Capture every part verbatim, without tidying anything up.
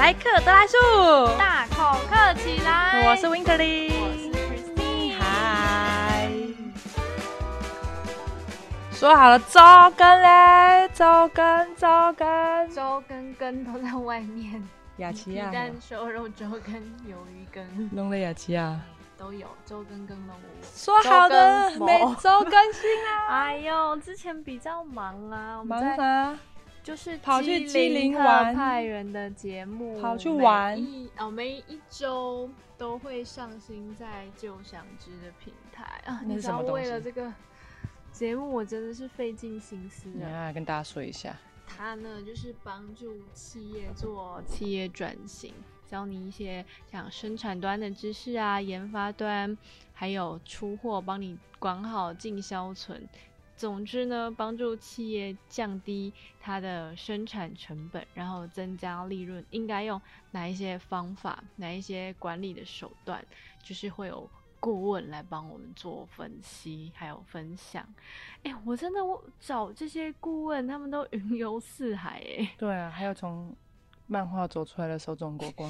来客得来速， 大口客起来。 我是 Winterly， 我是 Christine。 嗨，说好了周更嘞，周更周更， 周更更都在外面。 雅琪啊， 皮蛋瘦肉周更、鱿鱼羹， 弄了雅琪啊， 都有周更更弄我。 说好的每周更新啊。 哎呦，之前比较忙啊，我们在忙啥？ 就是跑去基隆玩特派员的节目， 跑去玩。 每一哦，每一周都会上新在就想知的平台啊。 那是什么东西？ 你知道为了这个节目，我真的是费尽心思了。 啊，跟大家说一下， 它呢就是帮助企业做企业转型，教你一些像生产端的知识啊，研发端，还有出货，帮你管好进销存。总之呢，帮助企业降低它的生产成本，然后增加利润，应该用哪一些方法，哪一些管理的手段，就是会有顾问来帮我们做分析还有分享。哎，我真的找这些顾问，他们都云游四海哎。 对啊，还有从漫画走出来的手冢国光，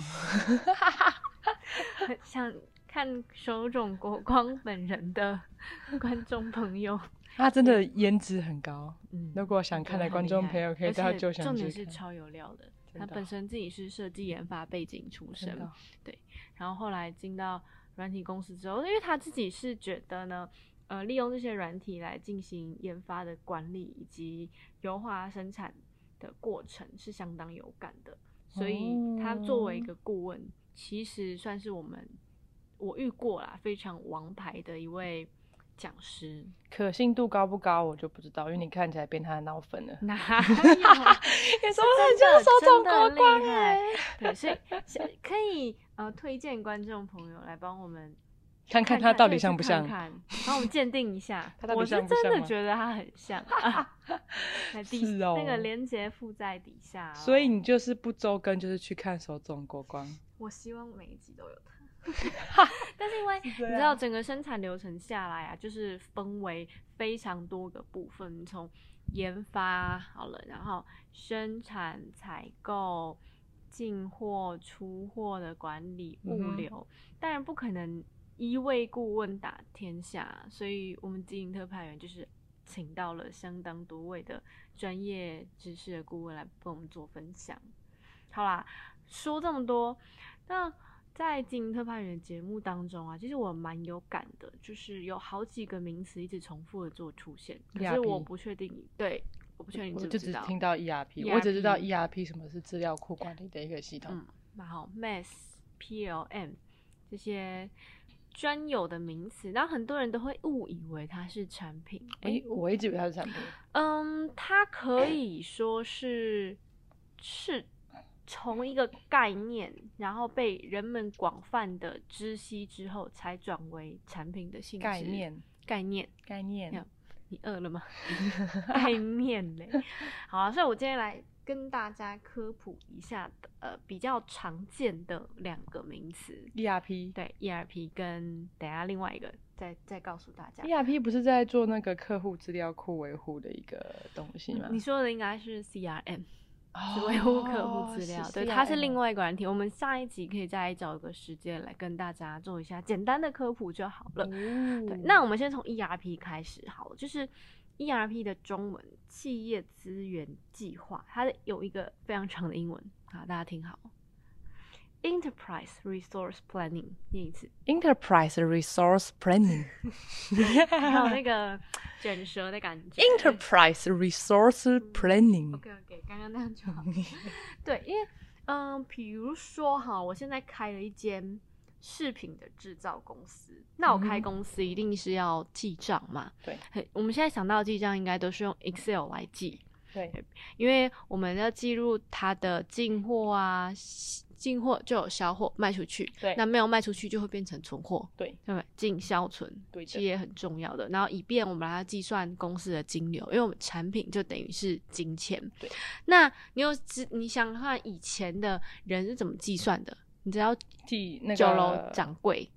想看手冢国光本人的观众朋友。 他真的颜值很高， 嗯， 如果想看的观众朋友可以到就想重点是超有料的，他本身自己是设计研发背景出身，对，然后后来进到软体公司之后，因为他自己是觉得呢，呃，利用这些软体来进行研发的管理以及优化生产的过程是相当有感的，所以他作为一个顾问，其实算是我们我遇过啦非常王牌的一位讲师。 可信度高不高我就不知道，因为你看起来变他的脑粉了。 哪有？你说很像手冢国光哎。 对，所以可以呃推荐观众朋友来帮我们看看他到底像不像， 看看帮我们鉴定一下。 他到底像不像？ 我是真的觉得他很像。 是哦， 那个连结附在底下、哦。 所以你就是不周更，就是去看手冢国光。 我希望每一集都有他。但是因为你知道整个生产流程下来啊，就是分为非常多个部分，从研发好了，然后生产、采购、进货、出货的管理、物流，嗯、当然不可能一位顾问打天下，所以我们基因特派员就是请到了相当多位的专业知识的顾问来跟我们做分享。好啦，说这么多，那在经营特派员的节目当中啊，其实我蛮有感的，就是有好几个名词一直重复的做出现，可是我不确定，对，我不确定你知不知道。 我就只听到 E R P， 我只知道 E R P 什么是资料库管理的一个系统。 嗯，然后 M A S、P L M 这些专有的名词，然后很多人都会误以为它是产品。 哎、欸，我一直以为它是产品。 嗯，它可以说是是。从一个概念，然后被人们广泛的知悉之后，才转为产品的性质。 概念， 概念， 概念。 你饿了吗？概念嘞。好啊，所以我今天来跟大家科普一下的，呃，比较常见的两个名词。 E R P。 对 ，E R P 跟等一下另外一个再再告诉大家。 E R P 不是在做那个客户资料库维护的一个东西吗？ 你说的应该是 C R M。是维护客户资料，哦、对，它是另外一个软体。我们下一集可以再找一个时间来跟大家做一下简单的科普就好了。嗯、对，那我们先从 E R P 开始好了，就是 E R P 的中文企业资源计划，它有一个非常长的英文，好，大家听好。Enterprise Resource Planning， 念一次。 Enterprise Resource Planning， 还有那个卷舌的感觉。 Enterprise Resource Planning。OK OK， 刚刚那样就好。对，因为嗯，比如说哈，我现在开了一间饰品的制造公司，那我开公司一定是要记账嘛？ 对， 我们现在想到的记账应该都是用 Excel 来记。 对， 因为我们要记录它的进货啊。进货就有销货卖出去， 对， 那没有卖出去就会变成存货， 对， 对不对？进销存， 对， 其实也很重要的。然后以便我们把它计算公司的金流，因为我们产品就等于是金钱。 对， 那你有你想看以前的人是怎么计算的？你只要记那个酒楼掌柜，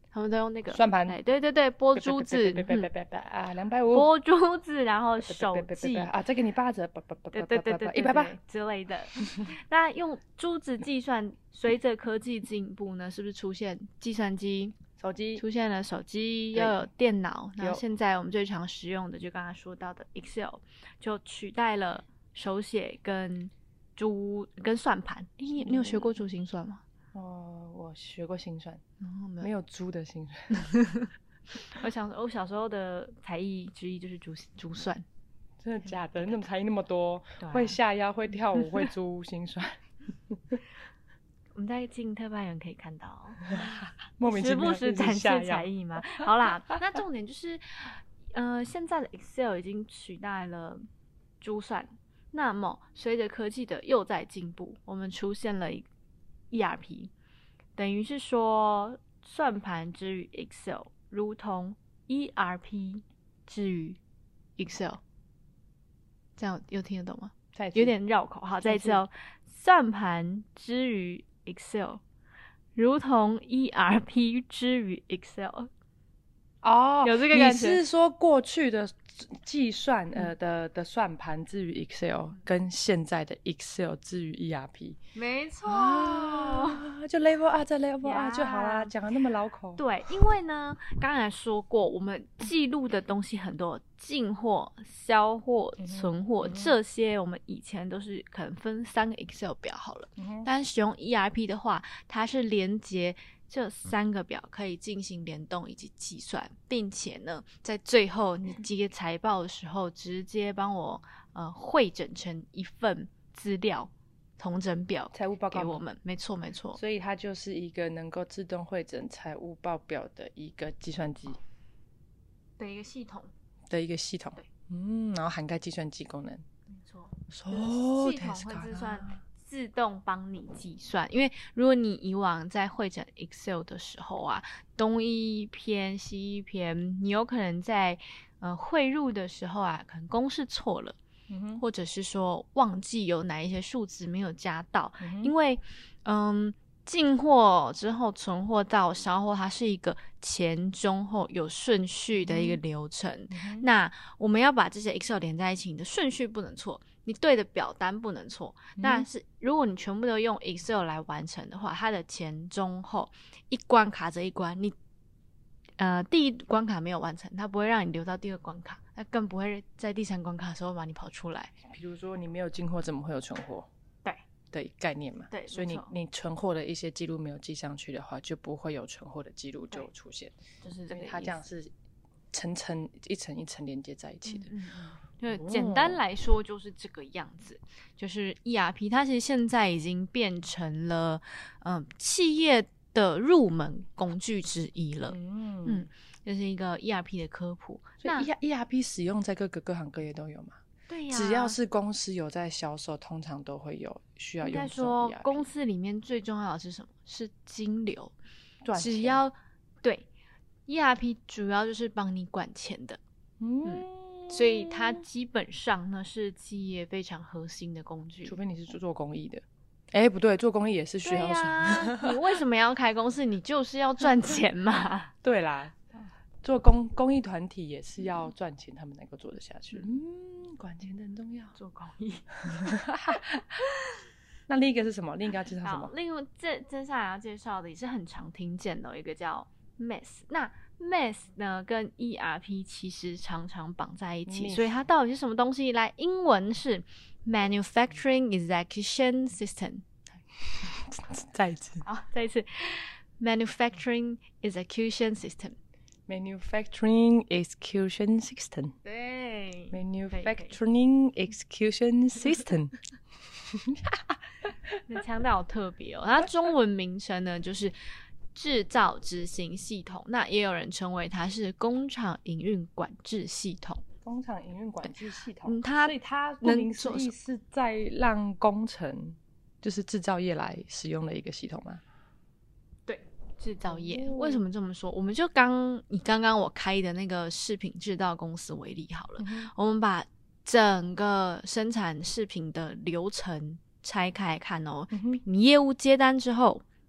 他们都用那个算盘， 哎，对对对，拨珠子， 啊，两百五， 拨珠子，然后手记啊，再给你八折， 对对对对， 一百八之类的。那用珠子计算，随着科技进步呢，是不是出现计算机？ 手机出现了手机，又有电脑，然后现在我们最常使用的就刚刚说到的 Excel 就取代了手写跟珠跟算盘。你你有学过珠心算吗？ 哦，我学过心算， 哦、 没有珠的心算。 我想我小时候的才艺之一就是珠珠算。 真的假的？你怎么才艺那么多？啊、会下腰，会跳舞，会珠心算。 我们在进特派员可以看到， 莫名其妙时不时展现才艺吗？好啦，那重点就是，呃，现在的 Excel 已经取代了珠算，那么随着科技的又在进步，我们出现了 E R P， 等于是说算盘之于 Excel， 如同 E R P 之于 Excel， 这样有听得懂吗？有点绕口，好，再一次哦，算盘之于Excel 如同 E R P 之于 Excel。 哦， 有这个感觉？ 你是说过去的计算呃的的算盘之于 Excel 跟现在的 Excel 之于 E R P？ 没错、 啊、就 level up 再 level up、yeah. 就好啦，讲得那么老口。 对，因为呢刚才说过我们记录的东西很多，进货、销货、存货、嗯、这些我们以前都是可能分三个 Excel 表好了、嗯、但使用 E R P 的话，它是连接这三个表可以进行联动以及计算，并且呢在最后你接财报的时候直接帮我呃汇整成一份资料统整表财务报告给我们。没错没错， 所以它就是一个能够自动汇整财务报表的一个计算机的一个系统的一个系统，嗯，然后涵盖计算机功能。 没错， 系统会计算自动帮你计算，因为如果你以往在汇整 Excel 的时候啊，东一篇西一篇，你有可能在呃汇入的时候啊，可能公式错了、嗯、或者是说忘记有哪一些数字没有加到、嗯、因为嗯进货之后存货到销货，它是一个前中后有顺序的一个流程、嗯、那我们要把这些 Excel 连在一起，你的顺序不能错，你对的表单不能错、嗯、但是如果你全部都用 Excel 来完成的话，它的前中后一关卡着一关，你呃第一关卡没有完成，它不会让你留到第二关卡，它更不会在第三关卡的时候把你跑出来。 比如说你没有进货怎么会有存货？ 对的概念嘛， 对， 所以你你存货的一些记录没有记上去的话，就不会有存货的记录就出现， 就是这个意思。 它这样是层层一层一层连接在一起的。 嗯嗯嗯，就简单来说就是这个样子，就是 E R P 它其实现在已经变成了嗯企业的入门工具之一了。嗯嗯，这、就是一个 E R P 的科普。 所以 E R P 使用在各个各行各业都有吗？ 对呀、啊， 只要是公司有在销售，通常都会有需要用这种 E R P。应该说公司里面最重要的是什么？是金流。 赚钱。 只要对 E R P 主要就是帮你管钱的。嗯。嗯，所以它基本上呢是企业非常核心的工具， 除非你是做公益的。哎，不对，做公益也是需要。 对啊，你为什么要开公司？你就是要赚钱嘛。 对啦，做公公益团体也是要赚钱，他们能够做得下去。嗯，管钱很重要。 做公益。 那另一个是什么？另一个要介绍什么？ 另外，这接下来要介绍的也是很常听见的一个叫 M E S。那 M E S 呢跟 E R P 其实常常绑在一起， M E S 所以它到底是什么东西？来，英文是 Manufacturing Execution System。 再一次， 好，再一次 Manufacturing Execution System。Manufacturing Execution System。 对 ，Manufacturing Execution System。 那腔调好特别哦。它中文名称呢就是制造执行系统，那也有人称为它是工厂营运管制系统。 工厂营运管制系统， 嗯、它所以它顾名思义是在让工程，就是制造业来使用的一个系统吗？ 对，制造业。哦、为什么这么说？我们就刚以刚刚我开的那个饰品制造公司为例好了，嗯、我们把整个生产饰品的流程拆开来看哦。嗯、你业务接单之后，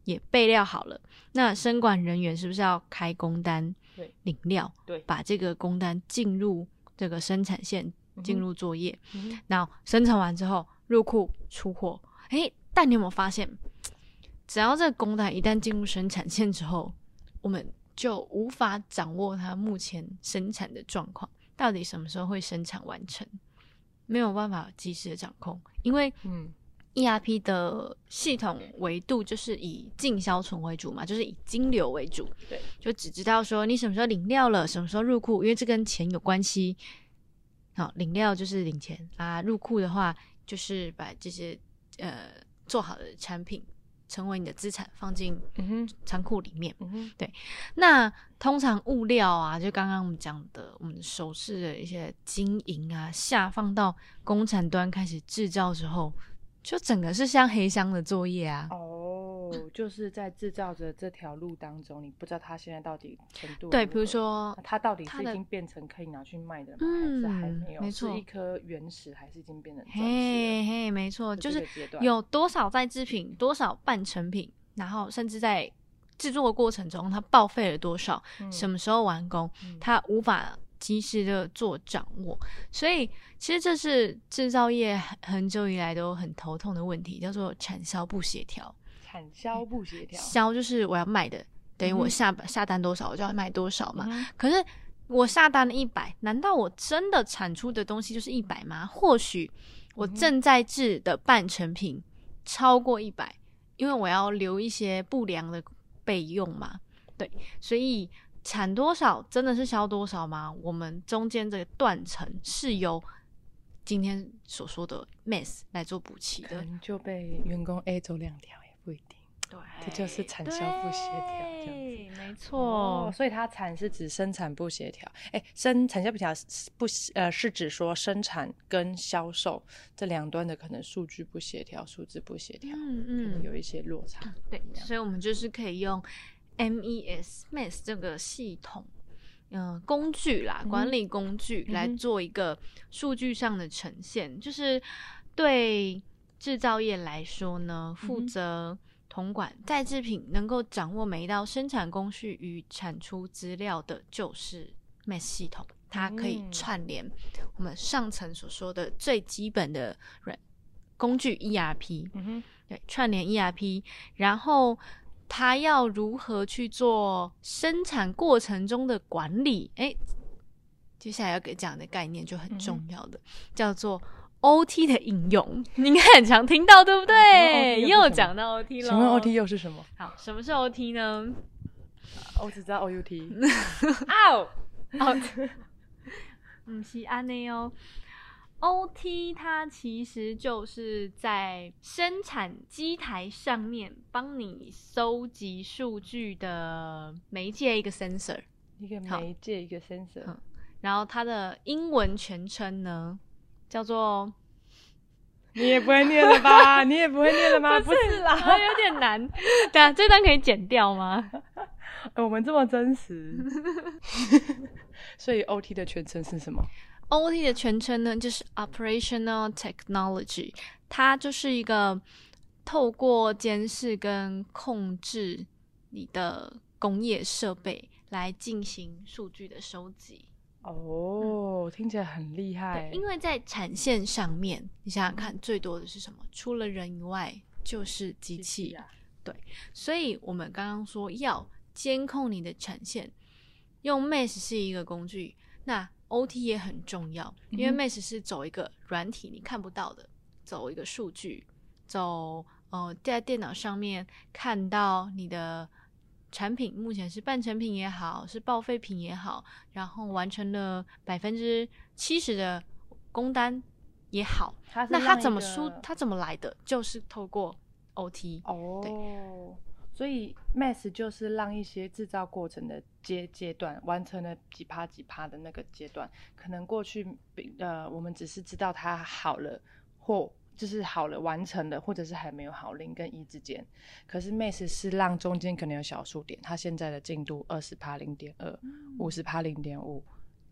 也备料好了，那生管人员是不是要开工单领料， 对， 把这个工单进入这个生产线，进入作业， 嗯、 然后生产完之后入库出货。诶，但你有没有发现，只要这个工单一旦进入生产线之后，我们就无法掌握它目前生产的状况，到底什么时候会生产完成，没有办法及时的掌控，因为嗯 E R P 的系统维度就是以进销存为主嘛，就是以金流为主， 对， 就只知道说你什么时候领料了，什么时候入库，因为这跟钱有关系。好，领料就是领钱啊，入库的话就是把这些呃做好的产品成为你的资产，放进仓库里面。 嗯、 对，那通常物料啊，就刚刚我们讲的，我们首饰的一些金银啊，下放到工厂端开始制造之后，就整个是像黑箱的作业啊。 哦，就是在制造着这条路当中，你不知道它现在到底程度如何， 对，比如说它到底是已经变成可以拿去卖的吗？ 嗯、 还是还没有？ 没错， 是一颗原石还是已经变成钻石了？ 嘿嘿，没错，就是有多少在制品，多少半成品，然后甚至在制作的过程中它报废了多少、嗯、什么时候完工、嗯、它无法及时的做掌握，所以其实这是制造业很久以来都很头痛的问题，叫做产销不协调。 产销不协调， 销就是我要卖的，等于我下、嗯、下单多少我就要卖多少嘛、 嗯、 可是我下单了一百，难道我真的产出的东西就是一百吗？或许我正在制的半成品超过一百，因为我要留一些不良的备用嘛。对，所以产多少真的是销多少吗？我们中间这个断层是由今天所说的 mess 来做补齐的， 可能就被员工 A 走两条也不一定。 对， 这就是产销不协调，这样子， 没错、 哦。所以它产是指生产不协调，哎，生产销不协调不呃是指说生产跟销售这两端的可能数据不协调，数字不协调，嗯嗯，可能有一些落差。 嗯、对，所以我们就是可以用 M E S M E S 这个系统。嗯，工具啦，管理工具来做一个数据上的呈现，嗯、就是对制造业来说呢，负责统管在制品能够掌握每一道生产工序与产出资料的，就是 M E S 系统，它可以串联我们上层所说的最基本的工具 E R P，嗯、对，串联 E R P， 然后。他要如何去做生产过程中的管理？哎，接下来要给讲的概念就很重要的，嗯、叫做 O T 的应用。你应该很常听到，对不对？又, 又讲到 O T 了。 请问 O T 又是什么？ 好，什么是 O T 呢？ 我只知道 O U T。 哦哦，不是这样哦。O T 它其实就是在生产机台上面帮你收集数据的媒介，一个 sensor， 一个媒介，一个 sensor、嗯。 然后它的英文全称呢叫做， 你也不会念了吧？你也不会念了吗？ 不是啦，有点难。对啊，这段可以剪掉吗？ 我们这么真实。所以 O T 的全称是什么 ？O T 的全称呢，就是 Operational Technology， 它就是一个透过监视跟控制你的工业设备来进行数据的收集。 哦、嗯，听起来很厉害。 对，因为在产线上面，你想想看，最多的是什么？除了人以外，就是机器。机器啊、对，所以我们刚刚说要监控你的产线，用 M E S 是一个工具，那O T 也很重要，因为 M E S 是走一个软体你看不到的，走一个数据，走呃在电脑上面看到你的产品目前是半成品也好，是报废品也好，然后完成了百分之七十的工单也好，那它怎么输？它怎么来的？就是透过 O T。 哦，对。所以 M E S 就是让一些制造过程的阶阶段完成了几趴几趴的那个阶段，可能过去呃我们只是知道它好了或就是好了完成了，或者是还没有好，零跟一之间。可是 M E S 是让中间可能有小数点，它现在的进度 百分之二十 零点二 百分之五十 零点五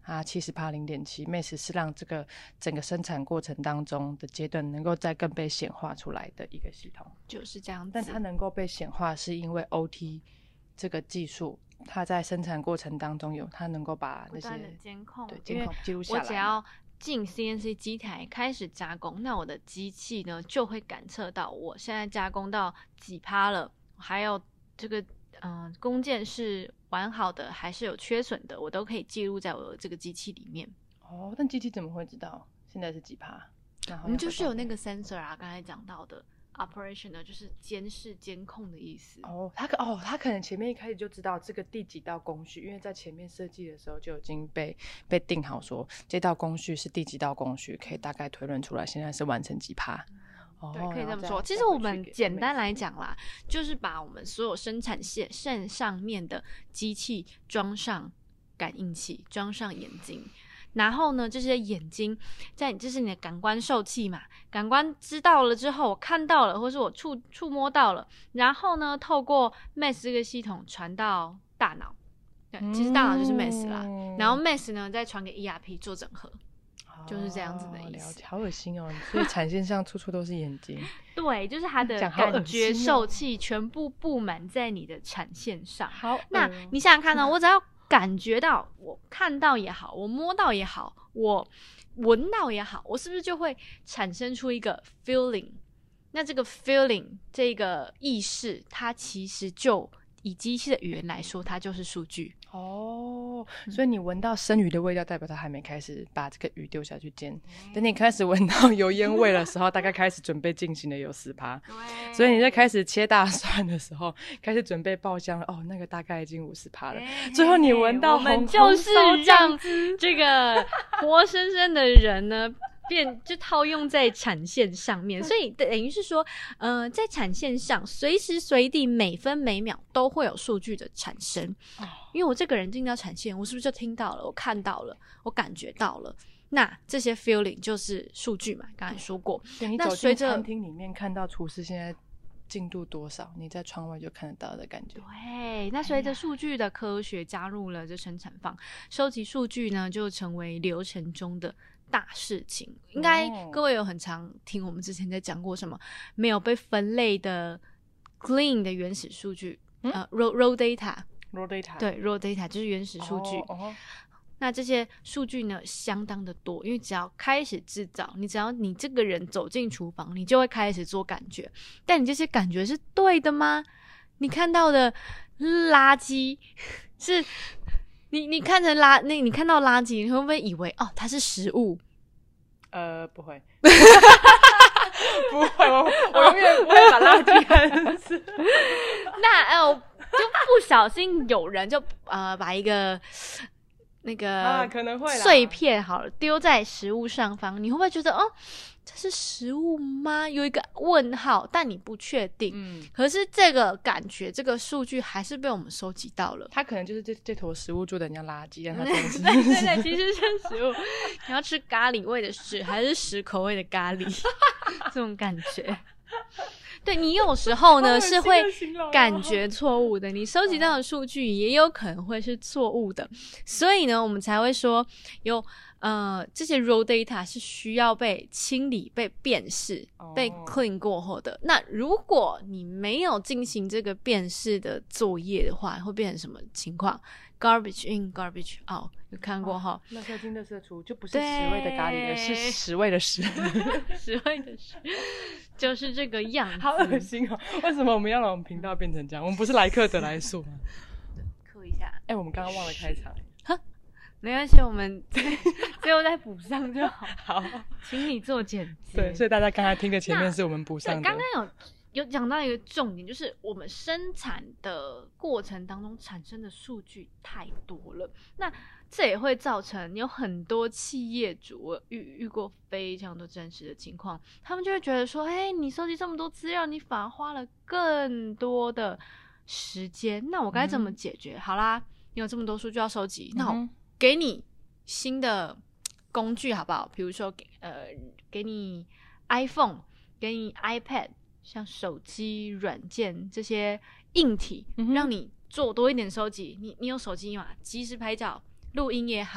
啊 百分之七十 零点七 M A S 是让这个整个生产过程当中的阶段能够再更被显化出来的一个系统， 就是这样子。 但它能够被显化是因为 O T 这个技术，它在生产过程当中有它能够把那些不断的监控， 对监控记录下来。 我只要进 C N C 机台开始加工，那我的机器呢就会感测到我现在加工到几趴了，还有这个嗯、呃、工件是完好的还是有缺损的，我都可以记录在我的这个机器里面。 哦，但机器怎么会知道现在是几趴？ 我们就是有那个 sensor 啊，刚才讲到的 operation 呢，就是监视监控的意思。 哦，他可哦，他可能前面一开始就知道这个第几道工序，因为在前面设计的时候就已经被被定好说这道工序是第几道工序，可以大概推论出来现在是完成几趴。哦， 对，可以这么说。其实我们简单来讲啦，就是把我们所有生产线线上面的机器装上感应器，装上眼睛。然后呢，这些眼睛在这是你的感官受器嘛，感官知道了之后，我看到了，或是我触触摸到了，然后呢，透过 M A S 这个系统传到大脑，对，其实大脑就是 M A S 啦，嗯、然后 M A S 呢再传给 E R P 做整合，哦、就是这样子的意思。 好恶心哦！所以产线上处处都是眼睛。 对，就是它的感觉受器全部布满在你的产线上。 好， 那你想想看呢、哦？我只要感觉到，我看到也好，我摸到也好，我闻到也好，我是不是就会产生出一个 feeling？ 那这个 feeling 这个意识，它其实就以机器的语言来说，它就是数据。 哦，所以你闻到生鱼的味道，代表它还没开始把这个鱼丢下去煎。嗯、等你开始闻到油烟味的时候，大概开始准备进行的有十趴。所以你在开始切大蒜的时候，开始准备爆香了。哦，那个大概已经五十趴了。最后你闻到红， 我们就是让这个活生生的人呢。变就套用在产线上面，所以等于是说，呃，在产线上随时随地每分每秒都会有数据的产生。哦、因为我这个人进到产线，我是不是就听到了，我看到了，我感觉到了？那这些 feeling 就是数据嘛，刚才说过。 对，你走进餐厅里面看到厨师现在进度多少，你在窗外就看得到的感觉。 对，那随着数据的科学加入了这生产方，收集数据呢就成为流程中的大事情。应该各位有很常听我们之前在讲过什么没有被分类的 clean 的原始数据、嗯、呃 raw, raw data raw data 对 raw data 就是原始数据、哦哦、那这些数据呢相当的多，因为只要开始制造，你只要你这个人走进厨房，你就会开始做感觉，但你这些感觉是对的吗？你看到的垃圾是你你看成垃那你看到垃圾，你会不会以为哦它是食物？ 呃，不会，不会，我我永远不会把垃圾看成是。 那呃，就不小心有人就呃把一个那个啊可能会碎片好了丢在食物上方，你会不会觉得哦？这是食物吗？有一个问号，但你不确定。嗯，可是这个感觉，这个数据还是被我们收集到了。 它可能就是这这坨食物做的人家垃圾，让它真的是对对对，其实是食物。你要吃咖喱味的屎，还是屎口味的咖喱？这种感觉。对，你有时候呢是会感觉错误的，你收集到的数据也有可能会是错误的，所以呢，我们才会说有。呃，这些 raw data 是需要被清理、被辨识、oh. 被 clean 过后的。那如果你没有进行这个辨识的作业的话，会变成什么情况 ？Garbage in, garbage out， 有看过哈？ 垃圾进，垃圾出，就不是十味的咖喱了，是十味的屎， 十味的屎，就是这个样子。 好恶心哦！为什么我们要让我们频道变成这样？我们不是来客得来速吗？ 刻一下。 哎、欸，我们刚刚忘了开场。 没关系，我们最后再补上就好。 好， 请你做简介。 对，所以大家刚才听的前面是我们补上的。 刚刚有有讲到一个重点，就是我们生产的过程当中产生的数据太多了，那这也会造成有很多企业主，我遇遇过非常多真实的情况，他们就会觉得说，哎，你收集这么多资料，你反而花了更多的时间，那我该怎么解决？嗯、好啦，你有这么多数据要收集，那我。嗯给你新的工具好不好？比如说给呃给你 iPhone， 给你 iPad， 像手机软件这些硬体，嗯、让你做多一点收集。你你有手机嘛？即时拍照、录音也好，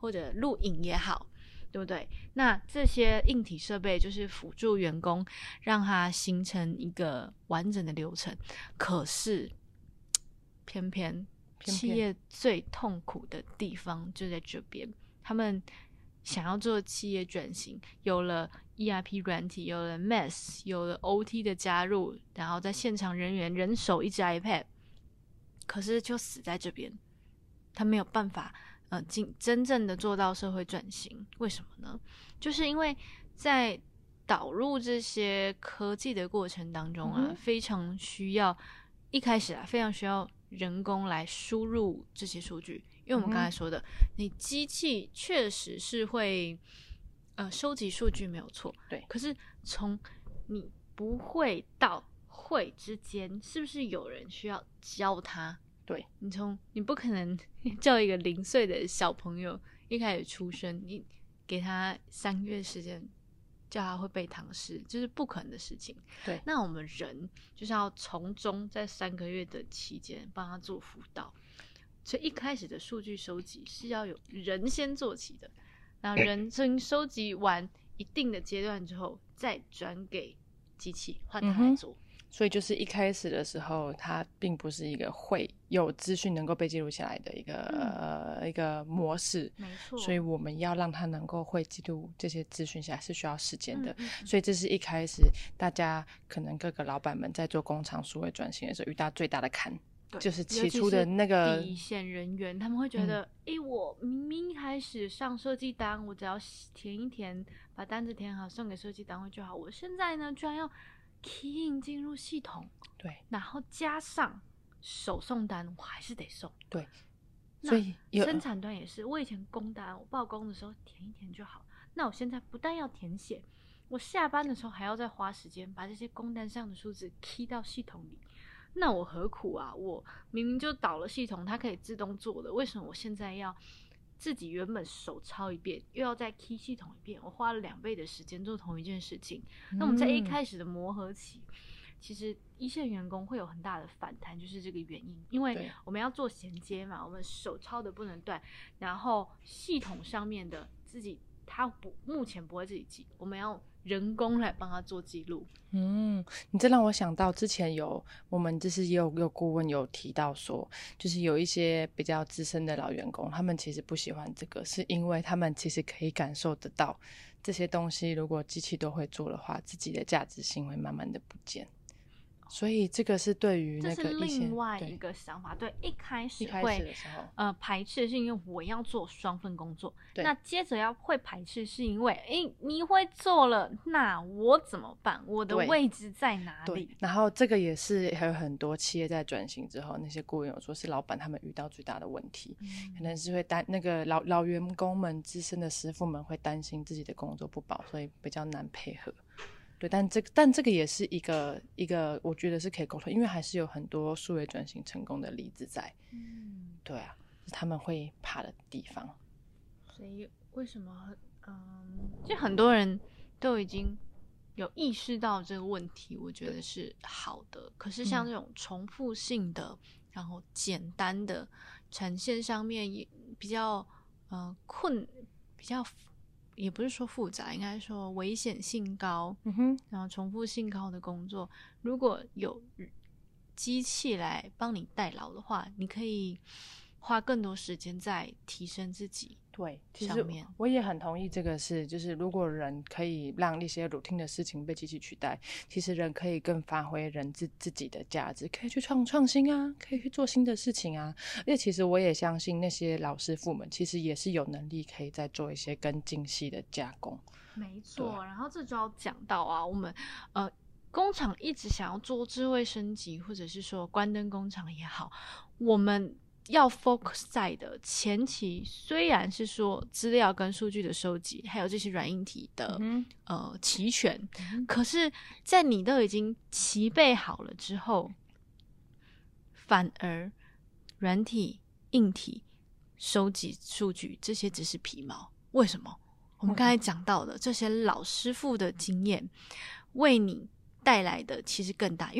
或者录影也好，对不对？那这些硬体设备就是辅助员工，让它形成一个完整的流程。可是偏偏企业最痛苦的地方就在这边，他们想要做企业转型，有了 E R P 软体，有了 M A S， 有了 O T 的加入，然后在现场人员人手一只 iPad， 可是就死在这边，他没有办法呃真正的做到社会转型。为什么呢？就是因为在导入这些科技的过程当中啊，嗯、非常需要一开始啊，非常需要人工来输入这些数据。因为我们刚才说的，嗯、你机器确实是会呃收集数据没有错， 对。 可是从你不会到会之间，是不是有人需要教他？ 对， 你从你不可能叫一个零岁的小朋友一开始出生，你给他三个月时间叫他会背唐诗，就是不可能的事情。 对， 那我们人就是要从中在三个月的期间帮他做辅导。所以一开始的数据收集是要有人先做起的，然后人先收集完一定的阶段之后，再转给机器换它来做。嗯、 所以就是一开始的时候，它并不是一个会有资讯能够被记录下来的一个、嗯呃、一个模式， 没错。 所以我们要让它能够会记录这些资讯下来是需要时间的。 嗯嗯、 所以这是一开始大家可能各个老板们在做工厂数位转型的时候遇到最大的坎。就是起初的那个第一线人员，他们会觉得，哎、嗯，我明明一开始上设计单，我只要填一填，把单子填好，送给设计单位就好。我现在呢，居然要 key in 进入系统， 对， 然后加上手送单，我还是得送， 对。所以生产端也是，我以前工单我报工的时候填一填就好，那我现在不但要填写，我下班的时候还要再花时间把这些工单上的数字 key 到系统里。那我何苦啊？我明明就导了系统，它可以自动做的，为什么我现在要自己原本手抄一遍，又要再 key 系统一遍？我花了两倍的时间做同一件事情。嗯、那我们在一开始的磨合期，其实一线员工会有很大的反弹，就是这个原因。因为我们要做衔接嘛，我们手抄的不能断，然后系统上面的自己它不目前不会自己记，我们要人工来帮他做记录。 嗯，你这让我想到之前有我们就是也有有顾问有提到说，就是有一些比较资深的老员工，他们其实不喜欢这个，是因为他们其实可以感受得到这些东西如果机器都会做的话，自己的价值性会慢慢的不见。所以这个是对于那个这是另外一个想法。 对, 对，一开始会一开始的时候呃排斥是因为我要做双份工作， 对， 那接着要会排斥是因为诶你会做了，那我怎么办？我的位置在哪里？ 对，然后这个也是还有很多企业在转型之后，那些顾问有说是老板他们遇到最大的问题，嗯、可能是会担那个老老员工们资深的师傅们会担心自己的工作不保，所以比较难配合。对，但这个但这个也是一个一个，我觉得是可以沟通，因为还是有很多数位转型成功的例子在。嗯，对啊，是他们会怕的地方。 所以为什么嗯，就很多人都已经有意识到这个问题，我觉得是好的。可是像这种重复性的，嗯、然后简单的产线上面也比较呃困，比较。也不是说复杂，应该说危险性高， 嗯哼， 然后重复性高的工作，如果有机器来帮你代劳的话，你可以花更多时间在提升自己。 对，其实我也很同意这个是，就是如果人可以让一些 routine 的事情被机器取代，其实人可以更发挥人自自己的价值，可以去创创新啊，可以去做新的事情啊。而且其实我也相信那些老师傅们其实也是有能力可以再做一些更精细的加工。 没错，然后这就要讲到啊，我们呃工厂一直想要做智慧升级，或者是说关灯工厂也好，我们要 focus 在的前期虽然是说资料跟数据的收集，还有这些软硬体的、嗯、呃齐全、嗯，可是在你都已经齐备好了之后，反而软体、硬体收集数据这些只是皮毛。为什么？我们刚才讲到的这些老师傅的经验为你带来的其实更大，因为你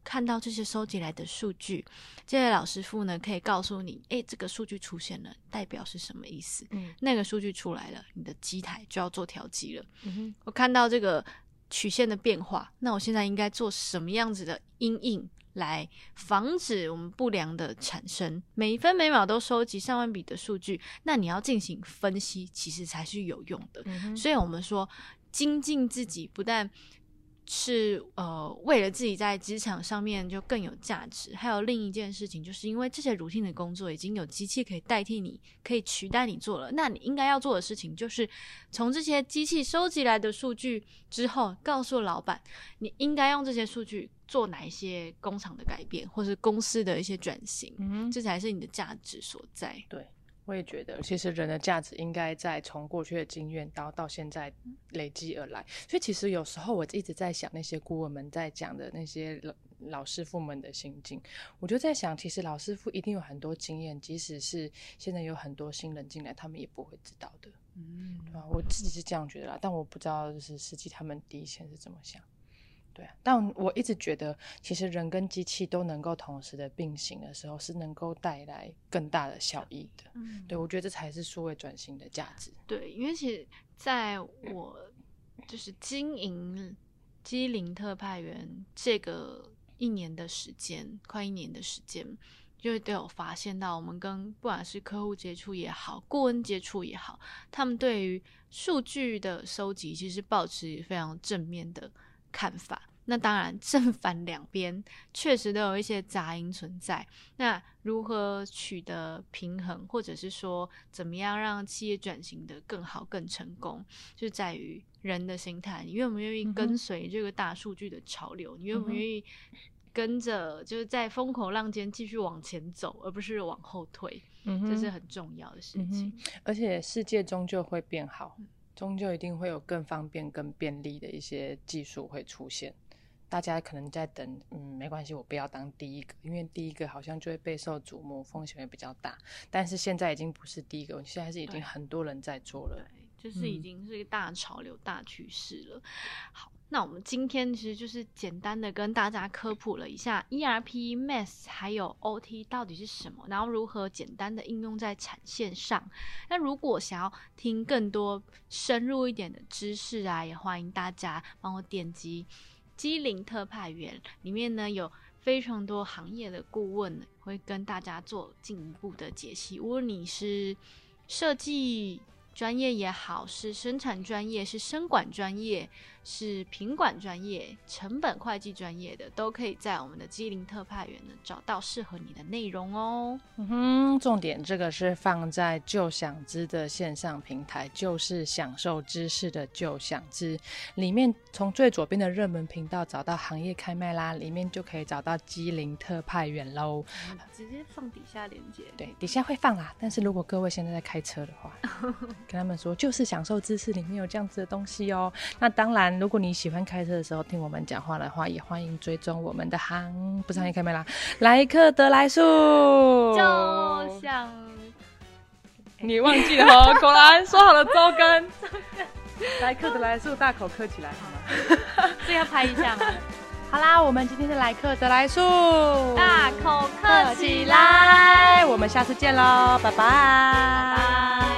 看到这些收集来的数据，这些老师傅呢可以告诉你，诶，这个数据出现了代表是什么意思、嗯、那个数据出来了，你的机台就要做调机了、嗯、哼我看到这个曲线的变化，那我现在应该做什么样子的因应来防止我们不良的产生，每一分每秒都收集上万笔的数据，那你要进行分析其实才是有用的、嗯、所以我们说精进自己不但是呃为了自己在职场上面就更有价值，还有另一件事情就是因为这些 routine 的工作已经有机器可以代替你，可以取代你做了，那你应该要做的事情就是从这些机器收集来的数据之后告诉老板你应该用这些数据做哪一些工厂的改变或是公司的一些转型、嗯、这才是你的价值所在。 对，我也觉得其实人的价值应该在从过去的经验到到现在累积而来，所以其实有时候我一直在想那些顾问们在讲的那些 老, 老师傅们的心境，我就在想其实老师傅一定有很多经验，即使是现在有很多新人进来他们也不会知道的、嗯对吧？我自己是这样觉得啦，但我不知道就是实际他们第一线是怎么想。对啊，但我一直觉得其实人跟机器都能够同时的并行的时候是能够带来更大的效益的、嗯、对，我觉得这才是数位转型的价值。 对，因为其实在我就是经营机灵特派员这个一年的时间，快一年的时间，就都有发现到我们跟不管是客户接触也好，顾问接触也好，他们对于数据的收集其实抱持非常正面的看法。那当然正反两边确实都有一些杂音存在，那如何取得平衡，或者是说怎么样让企业转型的更好更成功，就在于人的心态，你愿不愿意跟随这个大数据的潮流、嗯、你愿不愿意跟着就是在风口浪尖继续往前走而不是往后退、嗯、这是很重要的事情、嗯、 而且世界终究会变好、嗯终究一定会有更方便更便利的一些技术会出现，大家可能在等嗯，没关系我不要当第一个，因为第一个好像就会备受瞩目，风险会比较大，但是现在已经不是第一个，现在是已经很多人在做了， 对，就是已经是一个大潮流、嗯、大趋势了。好，那我们今天其实就是简单的跟大家科普了一下 E R P、M A S 还有 O T 到底是什么，然后如何简单的应用在产线上。那如果想要听更多深入一点的知识啊，也欢迎大家帮我点击机灵特派员，里面呢有非常多行业的顾问会跟大家做进一步的解析，无论你是设计专业也好，是生产专业，是生管专业，是品管专业，成本会计专业的，都可以在我们的机灵特派员呢找到适合你的内容哦。 嗯哼，重点这个是放在就享知的线上平台，就是享受知识的就享知里面，从最左边的热门频道找到行业开麦啦，里面就可以找到机灵特派员咯、 嗯、直接放底下连结， 对，底下会放啦，但是如果各位现在在开车的话跟他们说就是享受知识里面有这样子的东西哦。那当然如果你喜欢开车的时候听我们讲话的话，也欢迎追踪我们的行不是行业开麦啦，来客得来速， 就像你忘记了哦果然说好了周更来客得来速大口客起来好吗这要拍一下吗好啦，我们今天的来客得来速大口客起来，我们下次见咯，拜拜。 拜拜。